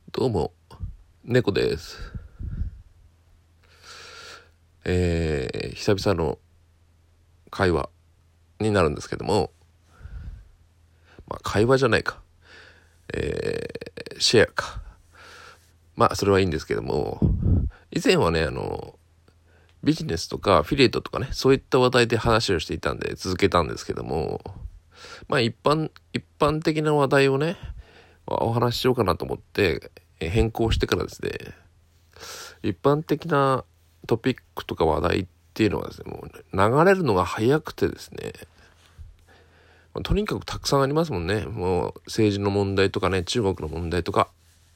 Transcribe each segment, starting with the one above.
どうも、猫です。久々の会話になるんですけども、会話じゃないか。シェアか。それはいいんですけども、以前はね、ビジネスとかアフィリエイトとかね、そういった話題で話をしていたんで続けたんですけども、一般的な話題をね、お話ししようかなと思って変更してからですね、一般的なトピックとか話題っていうのはですね、もう流れるのが早くてですね、とにかくたくさんありますもんね。もう政治の問題とかね、中国の問題とか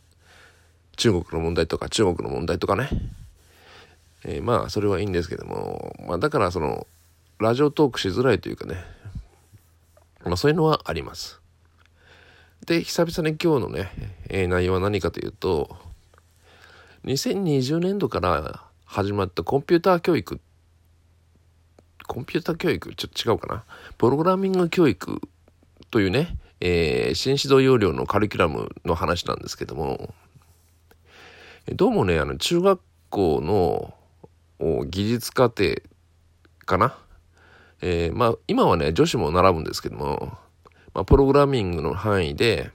ね。それはいいんですけども、だからラジオトークしづらいというかね、そういうのはあります。で、久々に今日のね、内容は何かというと、2020年度から始まったコンピューター教育、ちょっと違うかな。プログラミング教育というね、新指導要領のカリキュラムの話なんですけども、どうもね、中学校の技術課程かな。今はね、女子も習うんですけども、プログラミングの範囲で、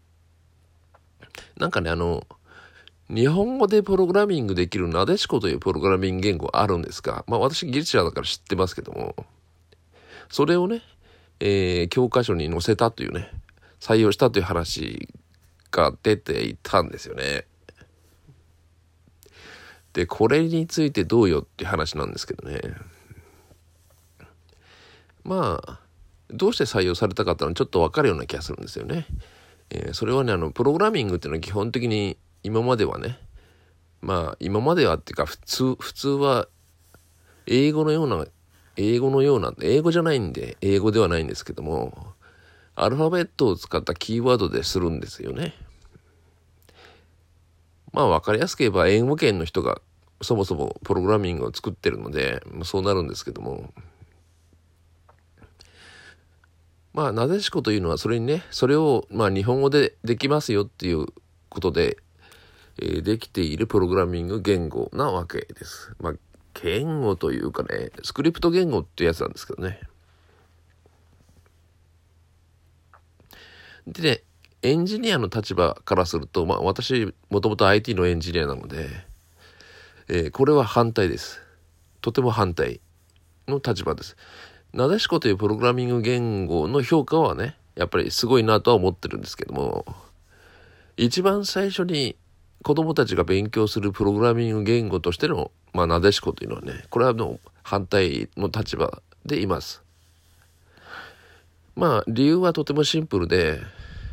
日本語でプログラミングできるなでしこというプログラミング言語あるんですが、私技術者だから知ってますけども、それをね、教科書に載せたというね、採用したという話が出ていたんですよね。で、これについてどうよっていう話なんですけどね。どうして採用されたかっていうのはちょっとわかるような気がするんですよね。それはね、プログラミングっていうのは基本的に今まではっていうか普通は英語じゃないんで、英語ではないんですけども、アルファベットを使ったキーワードでするんですよね。わかりやすく言えば英語圏の人がそもそもプログラミングを作ってるので、そうなるんですけども、なでしこというのはそれを日本語でできますよっていうことで、できているプログラミング言語なわけです。言語というかね、スクリプト言語ってやつなんですけどね。でね、エンジニアの立場からすると、私もともと IT のエンジニアなので、これは反対です。とても反対の立場です。なでしこというプログラミング言語の評価はね、やっぱりすごいなとは思ってるんですけども、一番最初に子供たちが勉強するプログラミング言語としての、なでしこというのはね、これは反対の立場でいます。理由はとてもシンプルで、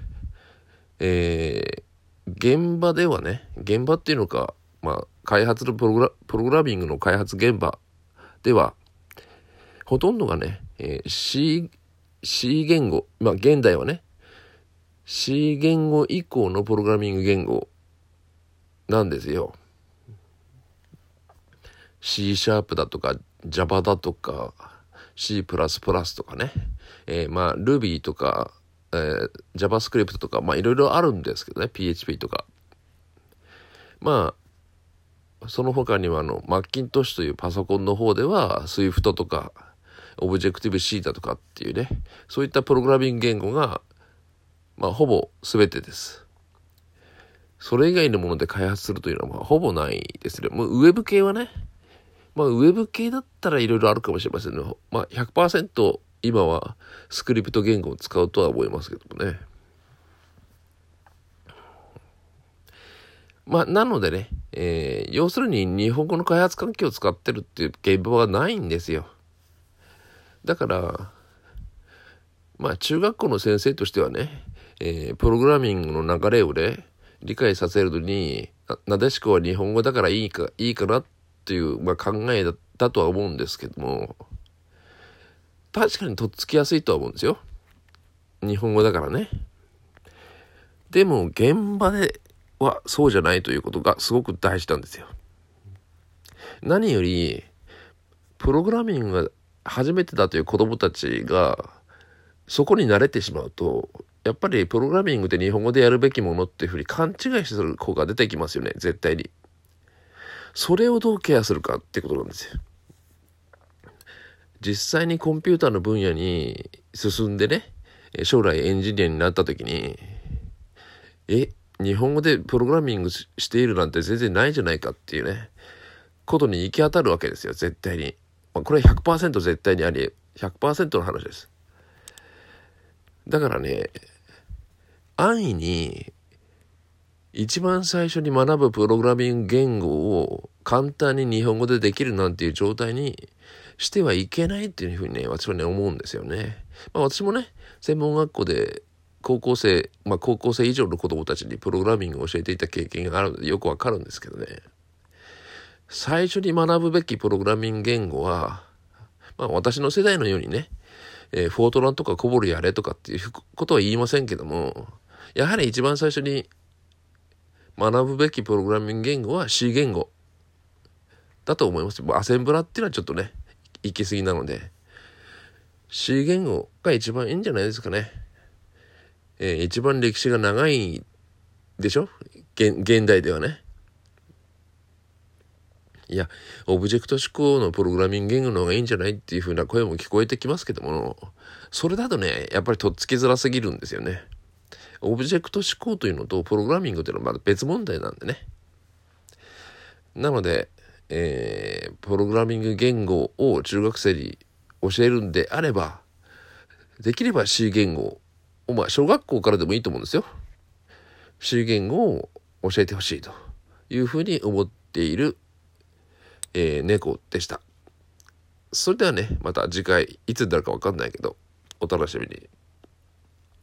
現場っていうのか、開発のプログラミングの開発現場では、ほとんどがね、C 言語、現代はね、C 言語以降のプログラミング言語なんですよ。C# だとか Java だとか C++ とかね、Ruby とか、JavaScript とかいろいろあるんですけどね、 PHP とかその他にはマッキントッシュというパソコンの方では Swift とか Objective-C だとかっていうね、そういったプログラミング言語がほぼ全てです。それ以外のもので開発するというのはほぼないですね。ウェブ系はね、ウェブ系だったらいろいろあるかもしれませんね。100% 今はスクリプト言語を使うとは思いますけどもね。なのでね、要するに日本語の開発環境を使ってるっていう現場はないんですよ。だから中学校の先生としてはね、プログラミングの流れをね理解させるのに、なでしこは日本語だからいいかなっていう、考えだとは思うんですけども、確かにとっつきやすいとは思うんですよ。日本語だからね。でも現場ではそうじゃないということがすごく大事なんですよ。何よりプログラミングが初めてだという子供たちがそこに慣れてしまうと、やっぱりプログラミングって日本語でやるべきものっていうふうに勘違いする子が出てきますよね、絶対に。それをどうケアするかってことなんですよ。実際にコンピューターの分野に進んでね、将来エンジニアになった時に、日本語でプログラミングしているなんて全然ないじゃないかっていうね、ことに行き当たるわけですよ、絶対に。これは 100% 絶対にあり、100% の話です。だからね、安易に一番最初に学ぶプログラミング言語を簡単に日本語でできるなんていう状態にしてはいけないっていうふうにね、私はね、思うんですよね。私もね、専門学校で高校生以上の子供たちにプログラミングを教えていた経験があるのでよくわかるんですけどね。最初に学ぶべきプログラミング言語は、私の世代のようにね、フォートランとかコボルやれとかっていうことは言いませんけども、やはり一番最初に学ぶべきプログラミング言語は C 言語だと思います。アセンブラっていうのはちょっとね、行き過ぎなので、C 言語が一番いいんじゃないですかね。一番歴史が長いでしょ？現代ではね。いや、オブジェクト思考のプログラミング言語の方がいいんじゃないっていう風な声も聞こえてきますけども、それだとね、やっぱりとっつきづらすぎるんですよね。オブジェクト思考というのとプログラミングというのはまだ別問題なんでね。なので、プログラミング言語を中学生に教えるんであれば、できれば C 言語を、小学校からでもいいと思うんですよ。C 言語を教えてほしいというふうに思っている、猫でした。それではね、また次回いつになるか分かんないけどお楽しみに。